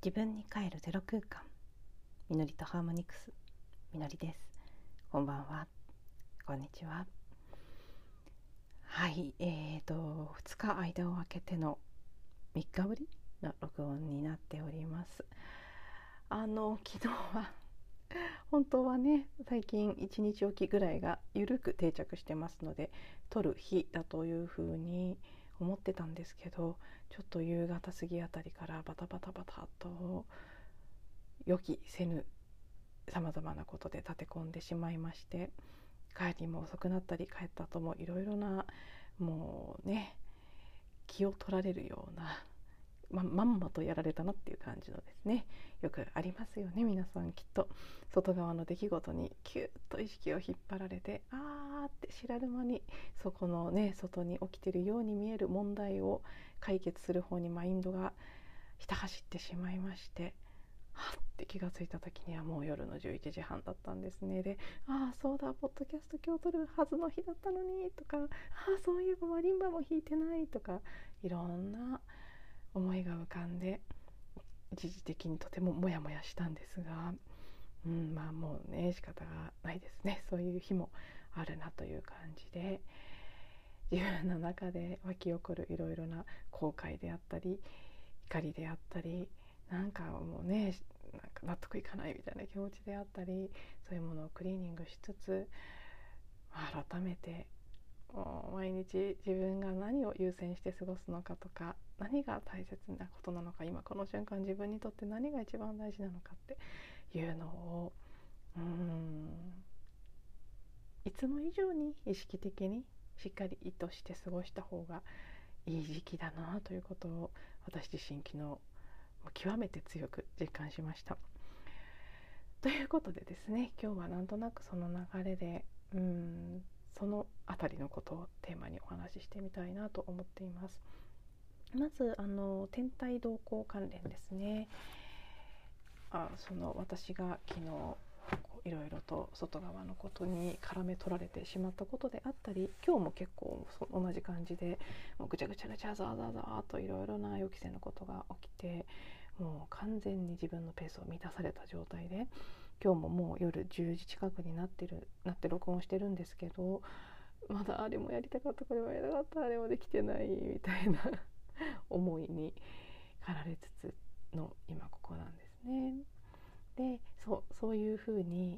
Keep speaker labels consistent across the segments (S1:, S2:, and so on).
S1: 自分に帰るゼロ空間、みのりとハーモニクス、みのりです。こんばんは、こんにちは。はい、2日間を空けての3日ぶりの録音になっております。昨日は本当はね、最近1日おきぐらいがゆるく定着してますので、撮る日だというふうに思ってたんですけど、ちょっと夕方過ぎあたりからバタバタと予期せぬさまざまなことで立て込んでしまいまして、帰りも遅くなったり、帰った後もいろいろな、もうね、気を取られるような、まんまとやられたなっていう感じのですね、よくありますよね。皆さんきっと外側の出来事にキュッと意識を引っ張られて、あーって知らぬ間にそこのね、外に起きてるように見える問題を解決する方にマインドがひた走ってしまいまして、はって気がついた時にはもう夜の11時半だったんですね。で、そうだ、ポッドキャスト今日撮るはずの日だったのにとか、そういえばマリンバも弾いてないとか、いろんな思いが浮かんで、一時的にとてもモヤモヤしたんですが、もうね、仕方がないですね。そういう日もあるなという感じで、自分の中で湧き起こるいろいろな後悔であったり、怒りであったり、なんかもうね、なんか納得いかないみたいな気持ちであったり、そういうものをクリーニングしつつ、改めて毎日自分が何を優先して過ごすのかとか、何が大切なことなのか、今この瞬間自分にとって何が一番大事なのかっていうのをいつも以上に意識的にしっかり意図して過ごした方がいい時期だなということを、私自身昨日極めて強く実感しました。ということでですね、今日はなんとなくその流れでそのあたりのことをテーマにお話ししてみたいなと思っています。まず天体動向関連ですね。私が昨日いろいろと外側のことに絡め取られてしまったことであったり、今日も結構同じ感じでもうぐちゃぐちゃザーザーザーといろいろな予期せぬことが起きて、もう完全に自分のペースを満たされた状態で、今日ももう夜10時近くになって録音してるんですけど、まだあれもやりたかった、これもやりたかった、あれもできてないみたいな思いに駆られつつの今ここなんですね。で、そういうふうに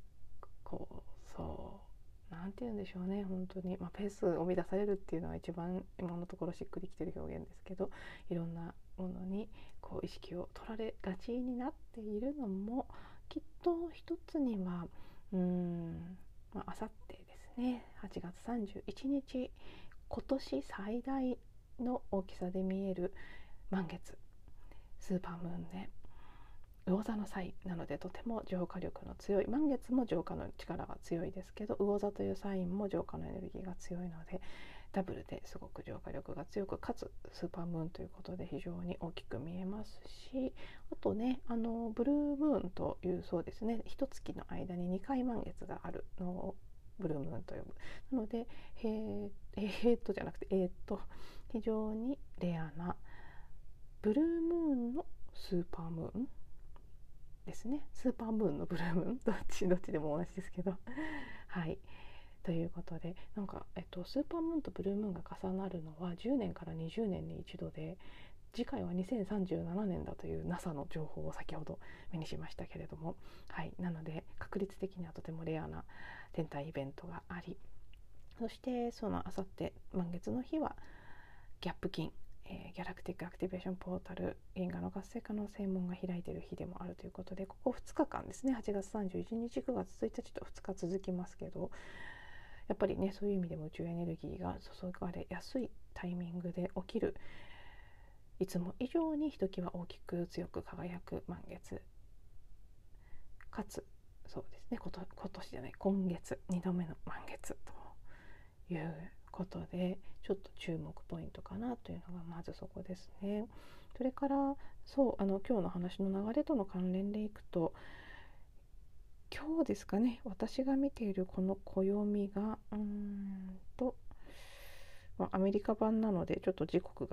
S1: なんて言うんでしょうね、本当に、ペースを乱されるっていうのは一番今のところしっくりきてる表現ですけど、いろんなものに意識を取られがちになっているのも、きっと一つにはあさってですね、8月31日、今年最大の大きさで見える満月、スーパームーンで、魚座のサインなので、とても浄化力の強い、満月も浄化の力が強いですけど、魚座というサインも浄化のエネルギーが強いので、ダブルですごく浄化力が強く、かつスーパームーンということで非常に大きく見えますし、あとね、ブルームーンという、そうですね、一月の間に2回満月があるのをブルームーンと呼ぶ。なのでじゃなくて非常にレアなブルームーンのスーパームーンですね。スーパームーンのブルームーン、どっちでも同じですけどはい、ということで、なんか、スーパームーンとブルームーンが重なるのは10年から20年に一度で、次回は2037年だという NASA の情報を先ほど目にしましたけれども、はい、なので確率的にはとてもレアな天体イベントがあり、そしてそのあさって満月の日はギャップ金、ギャラクティックアクティベーションポータル、銀河の活性化の正門が開いている日でもあるということで、ここ2日間ですね、8月31日9月1日と2日続きますけど、やっぱりね、そういう意味でも宇宙エネルギーが注がれやすいタイミングで起きる、いつも以上にひときわ大きく強く輝く満月、かつそうですね、今月2度目の満月ということで、ちょっと注目ポイントかなというのがまずそこですね。それから今日の話の流れとの関連でいくと、今日ですかね、私が見ているこの暦がアメリカ版なのでちょっと時刻が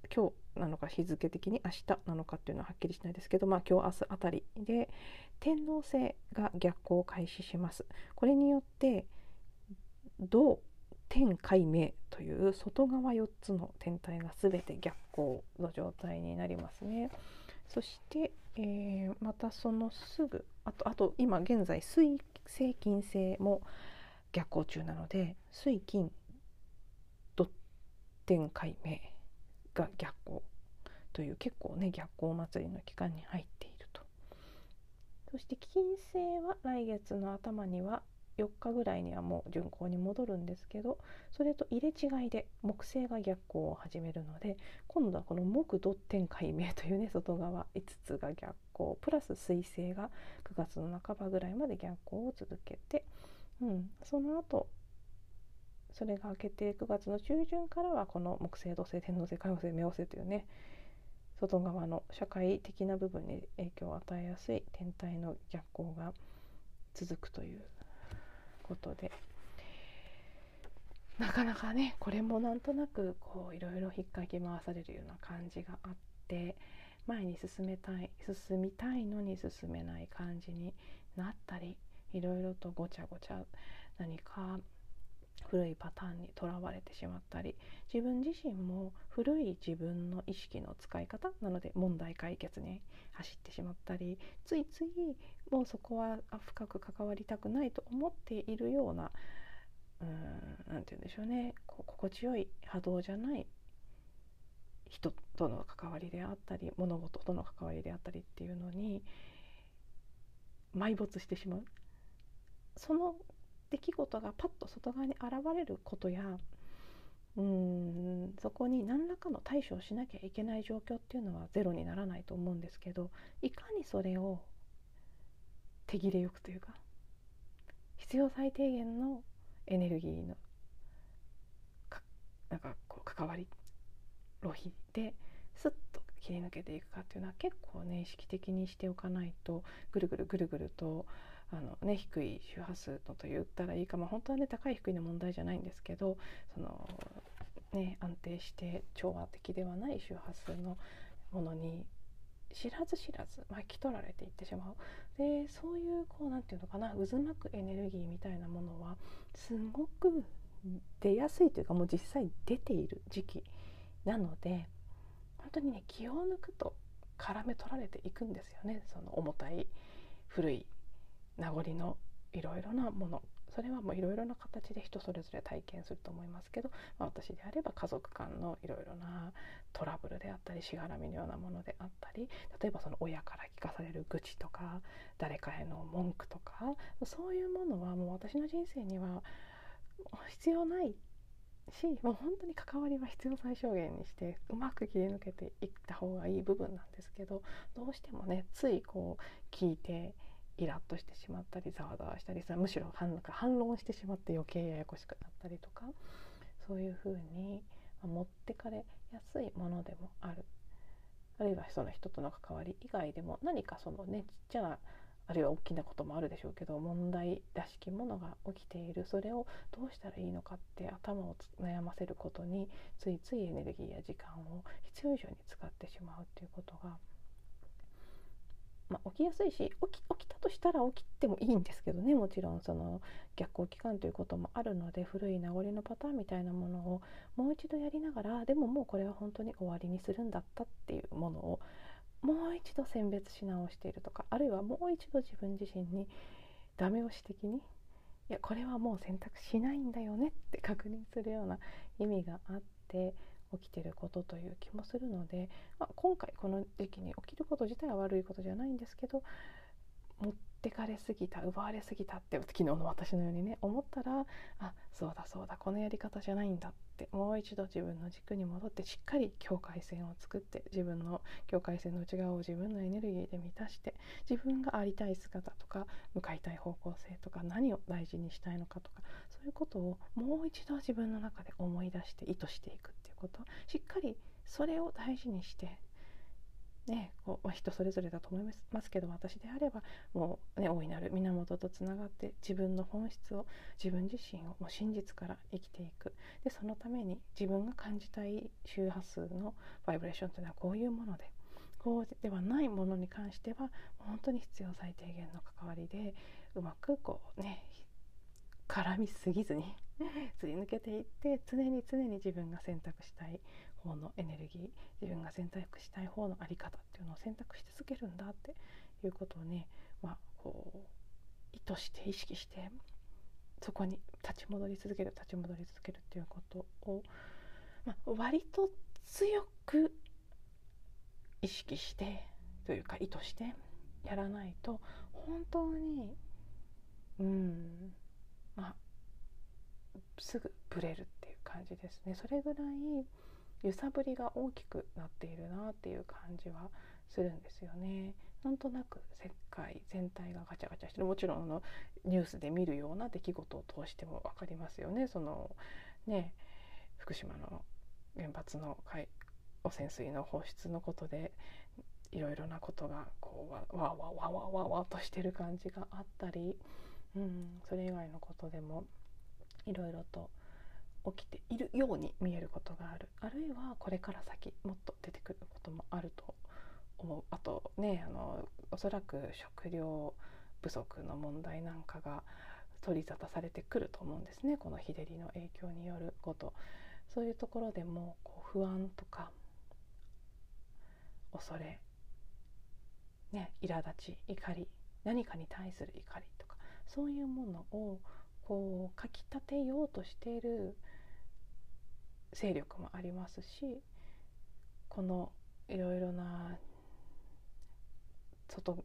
S1: 今日なのか日付的に明日なのかっていうのははっきりしないですけど、今日明日あたりで天王星が逆行を開始します。これによって同天海明という外側4つの天体が全て逆行の状態になりますね。そして、またそのすぐあと今現在水星金星も逆行中なので、水金土天海明が逆行という結構ね逆行祭りの期間に入っていると。そして金星は来月の頭には4日ぐらいにはもう巡行に戻るんですけど、それと入れ違いで木星が逆行を始めるので、今度はこの木土天海明というね外側5つが逆行プラス水星が9月の半ばぐらいまで逆行を続けて、その後それが明けて9月の中旬からはこの木星土星天王星海王星冥王星というね外側の社会的な部分に影響を与えやすい天体の逆行が続くということで、なかなかねこれもなんとなくこういろいろ引っかき回されるような感じがあって、前に進みたいのに進めない感じになったり、いろいろとごちゃごちゃ何か古いパターンにとらわれてしまったり、自分自身も古い自分の意識の使い方なので問題解決に走ってしまったり、ついついもうそこは深く関わりたくないと思っているような、なんて言うんでしょうね、心地よい波動じゃない人との関わりであったり物事との関わりであったりっていうのに埋没してしまう。その出来事がパッと外側に現れることや、そこに何らかの対処をしなきゃいけない状況っていうのはゼロにならないと思うんですけど、いかにそれを手切れよくというか必要最低限のエネルギーのなんかこう関わり浪費ですっと切り抜けていくかっていうのは結構ね意識的にしておかないと、ぐるぐると低い周波数のと言ったらいいか、本当はね高い低いの問題じゃないんですけど、安定して調和的ではない周波数のものに知らず巻き取られていってしまう。でそういうなんていうのかな、渦巻くエネルギーみたいなものはすごく出やすいというか、もう実際出ている時期なので、本当にね気を抜くと絡め取られていくんですよね。その重たい古い名残のいろいろなもの、それはもういろいろな形で人それぞれ体験すると思いますけど、私であれば家族間のいろいろなトラブルであったりしがらみのようなものであったり、例えばその親から聞かされる愚痴とか誰かへの文句とか、そういうものはもう私の人生には必要ないし、もう本当に関わりは必要最小限にしてうまく切り抜けていった方がいい部分なんですけど、どうしてもねつい聞いてイラッとしてしまったりざわざわしたりむしろ反論してしまって余計ややこしくなったりとか、そういう風に持ってかれやすいものでもある。あるいはその人との関わり以外でも何かちっちゃなあるいは大きなこともあるでしょうけど、問題らしきものが起きている、それをどうしたらいいのかって頭を悩ませることについついエネルギーや時間を必要以上に使ってしまうっていうことが、起きやすいし、起きたとしたら起きてもいいんですけどね、もちろんその逆行期間ということもあるので、古い名残のパターンみたいなものをもう一度やりながら、でももうこれは本当に終わりにするんだったっていうものをもう一度選別し直しているとか、あるいはもう一度自分自身にダメ押し的に、いやこれはもう選択しないんだよねって確認するような意味があって起きてることという気もするので、今回この時期に起きること自体は悪いことじゃないんですけど、持ってかれすぎた奪われすぎたって昨日の私のようにね思ったら、そうだこのやり方じゃないんだってもう一度自分の軸に戻ってしっかり境界線を作って、自分の境界線の内側を自分のエネルギーで満たして、自分がありたい姿とか向かいたい方向性とか何を大事にしたいのかとか、そういうことをもう一度自分の中で思い出して意図していくっていうこと、しっかりそれを大事にしてね、人それぞれだと思いますけど、私であればもう、ね、大いなる源とつながって自分の本質を、自分自身をもう真実から生きていく。でそのために自分が感じたい周波数のバイブレーションというのはこういうもので、こうではないものに関しては本当に必要最低限の関わりで、うまく絡みすぎずにすり抜けていって、常に自分が選択したい方のエネルギー、自分が選択したい方の在り方っていうのを選択し続けるんだっていうことをね、意図して意識して、そこに立ち戻り続けるっていうことを、割と強く意識してというか意図してやらないと本当にすぐブレるっていう感じですね。それぐらい揺さぶりが大きくなっているなっていう感じはするんですよね。なんとなく世界全体がガチャガチャしてる。もちろんニュースで見るような出来事を通しても分かりますよね。福島の原発の汚染水の放出のことでいろいろなことがわとしてる感じがあったり、それ以外のことでもいろいろと起きているように見えることがある。あるいはこれから先もっと出てくることもあると思う。あとね、おそらく食料不足の問題なんかが取り沙汰されてくると思うんですね。この日照りの影響によること、そういうところでも不安とか恐れ、苛立ち、怒り、何かに対する怒りとか、そういうものをかきたてようとしている勢力もありますし、このいろいろな外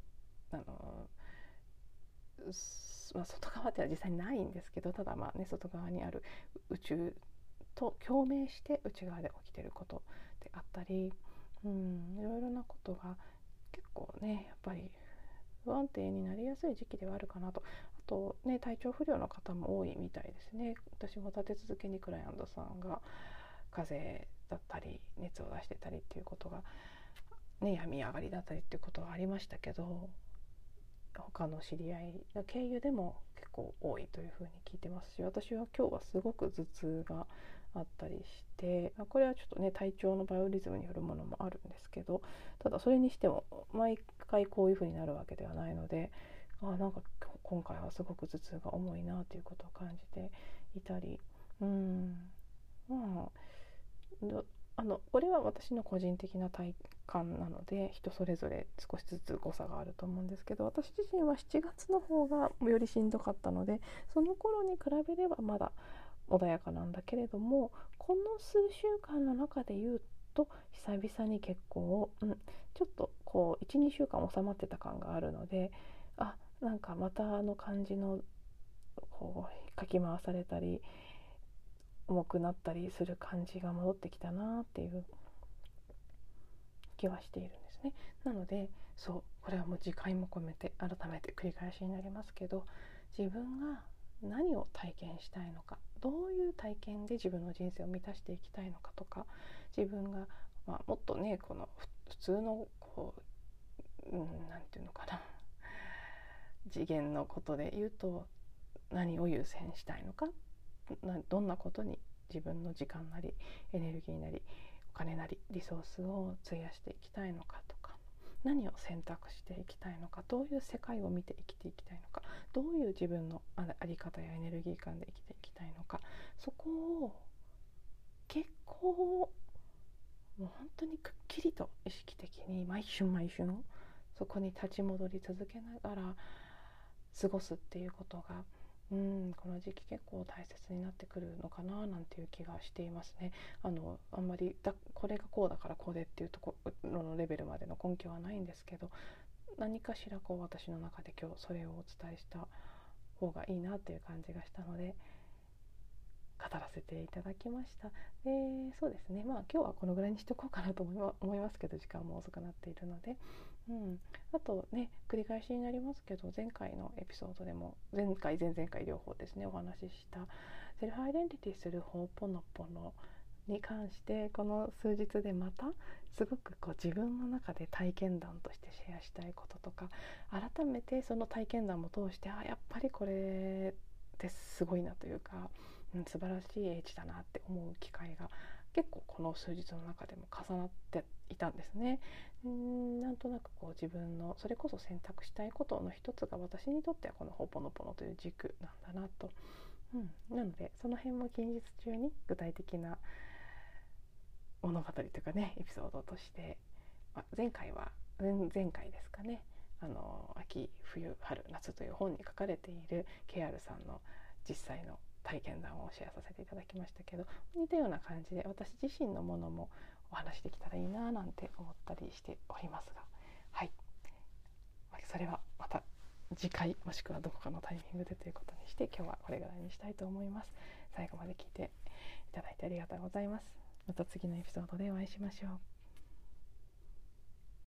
S1: 側では実際にないんですけど、ただ外側にある宇宙と共鳴して内側で起きていることであったり、いろいろなことが結構ねやっぱり不安定になりやすい時期ではあるかなと。あとね、体調不良の方も多いみたいですね。私も立て続けにクライアントさんが風邪だったり熱を出してたりっていうことがね、病み上がりだったりっていうことはありましたけど、他の知り合いの経由でも結構多いというふうに聞いてますし、私は今日はすごく頭痛があったりして、これはちょっとね体調のバイオリズムによるものもあるんですけど、ただそれにしても毎回こういうふうになるわけではないので、なんか今回はすごく頭痛が重いなということを感じていたり、これは私の個人的な体感なので人それぞれ少しずつ誤差があると思うんですけど、私自身は7月の方がよりしんどかったので、その頃に比べればまだ穏やかなんだけれども、この数週間の中で言うと久々に結構、ちょっと1,2週間収まってた感があるので、なんかまた感じのかき回されたり重くなったりする感じが戻ってきたなっていう気はしているんですね。なのでこれはもう次回も込めて改めて繰り返しになりますけど、自分が何を体験したいのか、どういう体験で自分の人生を満たしていきたいのかとか、自分が、もっとねこの普通のなんていうのかな、次元のことで言うと何を優先したいのか、どんなことに自分の時間なりエネルギーなりお金なりリソースを費やしていきたいのかとか、何を選択していきたいのか、どういう世界を見て生きていきたいのか、どういう自分の在り方やエネルギー感で生きていきたいのか、そこを結構もう本当にくっきりと意識的に毎瞬そこに立ち戻り続けながら過ごすっていうことが、この時期結構大切になってくるのかななんていう気がしていますね。あんまりこれがこうだからこうでっていうところのレベルまでの根拠はないんですけど、何かしら私の中で今日それをお伝えした方がいいなっていう感じがしたので語らせていただきました。でそうですね、今日はこのぐらいにしとこうかなと思いますけど、時間も遅くなっているので、あとね繰り返しになりますけど、前回のエピソードでも前々回両方ですねお話ししたセルフアイデンティティするホーポノポノに関してこの数日でまたすごくこう自分の中で体験談としてシェアしたいこととか、改めてその体験談も通してやっぱりこれってすごいなというか、素晴らしい英知だなって思う機会が結構この数日の中でも重なっていたんですね。なんとなくこう自分のそれこそ選択したいことの一つが私にとってはこのホポノポノという軸なんだなと、なのでその辺も近日中に具体的な物語というかねエピソードとして、前回ですかね、秋冬春夏という本に書かれている KR さんの実際の体験談をシェアさせていただきましたけど、似たような感じで私自身のものもお話できたらいいななんて思ったりしておりますが、はい、それはまた次回もしくはどこかのタイミングでということにして、今日はこれぐらいにしたいと思います。最後まで聞いていただいてありがとうございます。また次のエピソードでお会いしましょう。